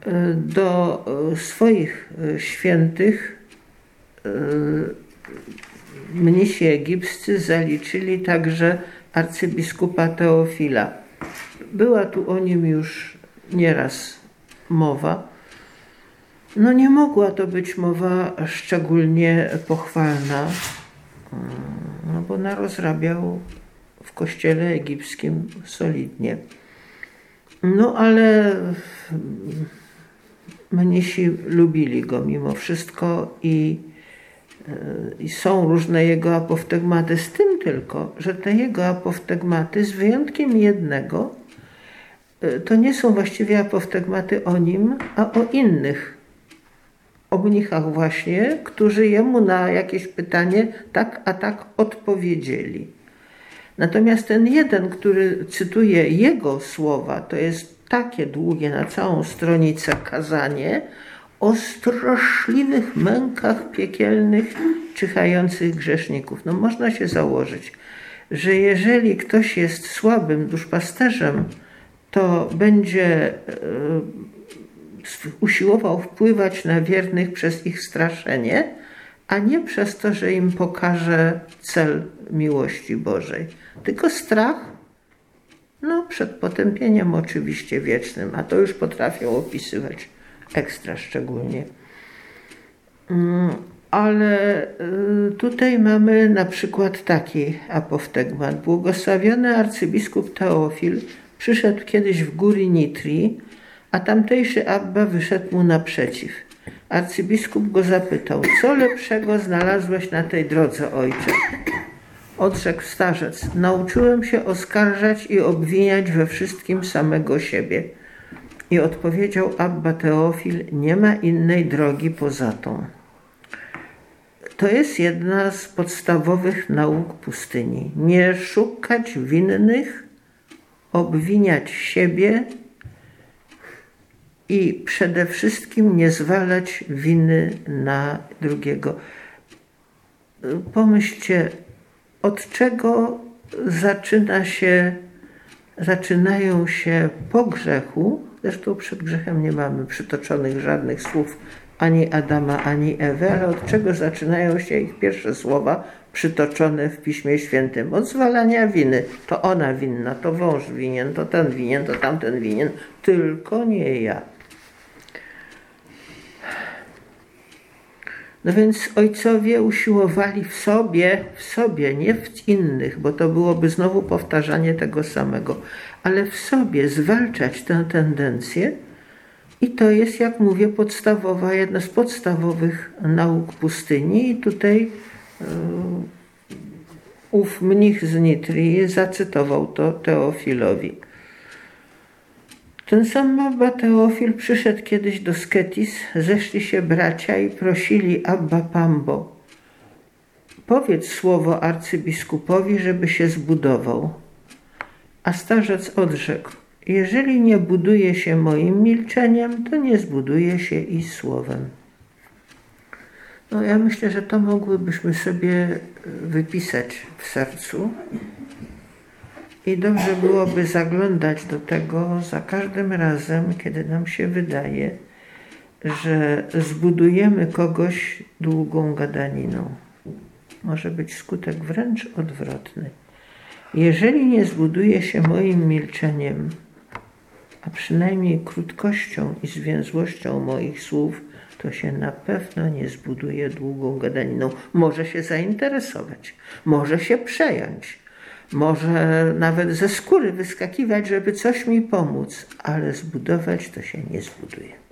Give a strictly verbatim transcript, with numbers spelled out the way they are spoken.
do swoich świętych mnisi egipscy zaliczyli także arcybiskupa Teofila. Była tu o nim już nieraz mowa. No nie mogła to być mowa szczególnie pochwalna, no bo narozrabiał w kościele egipskim solidnie. No ale mnisi lubili go mimo wszystko i, i są różne jego apoftegmaty, z tym tylko, że te jego apoftegmaty z wyjątkiem jednego to nie są właściwie apoftegmaty o nim, a o innych, o mnichach właśnie, którzy jemu na jakieś pytanie tak a tak odpowiedzieli. Natomiast ten jeden, który cytuje jego słowa, to jest takie długie na całą stronicę kazanie o straszliwych mękach piekielnych czyhających grzeszników. No można się założyć, że jeżeli ktoś jest słabym duszpasterzem, to będzie usiłował wpływać na wiernych przez ich straszenie, a nie przez to, że im pokaże cel miłości Bożej. Tylko strach, no przed potępieniem oczywiście wiecznym, a to już potrafią opisywać ekstra szczególnie. Ale tutaj mamy na przykład taki apoftegmat. Błogosławiony arcybiskup Teofil przyszedł kiedyś w góry Nitrii, a tamtejszy Abba wyszedł mu naprzeciw. Arcybiskup go zapytał, co lepszego znalazłeś na tej drodze, ojcze? Odrzekł starzec, nauczyłem się oskarżać i obwiniać we wszystkim samego siebie. I odpowiedział Abba Teofil, nie ma innej drogi poza tą. To jest jedna z podstawowych nauk pustyni. Nie szukać winnych, obwiniać siebie i przede wszystkim nie zwalać winy na drugiego. Pomyślcie, od czego zaczyna się, zaczynają się po grzechu, zresztą przed grzechem nie mamy przytoczonych żadnych słów ani Adama, ani Ewy, ale od czego zaczynają się ich pierwsze słowa przytoczone w Piśmie Świętym? Od zwalania winy. To ona winna, to wąż winien, to ten winien, to tamten winien, tylko nie ja. No więc ojcowie usiłowali w sobie, w sobie, nie w innych, bo to byłoby znowu powtarzanie tego samego, ale w sobie zwalczać tę tendencję i to jest, jak mówię, podstawowa, jedna z podstawowych nauk pustyni i tutaj yy, ów mnich z Nitrii zacytował to Teofilowi. Ten sam Abba Teofil przyszedł kiedyś do Sketis, zeszli się bracia i prosili Abba Pambo, powiedz słowo arcybiskupowi, żeby się zbudował. A starzec odrzekł, jeżeli nie buduje się moim milczeniem, to nie zbuduje się i słowem. No ja myślę, że to mogłybyśmy sobie wypisać w sercu. I dobrze byłoby zaglądać do tego za każdym razem, kiedy nam się wydaje, że zbudujemy kogoś długą gadaniną. Może być skutek wręcz odwrotny. Jeżeli nie zbuduje się moim milczeniem, a przynajmniej krótkością i zwięzłością moich słów, to się na pewno nie zbuduje długą gadaniną. Może się zainteresować, może się przejąć, może nawet ze skóry wyskakiwać, żeby coś mi pomóc, ale zbudować to się nie zbuduje.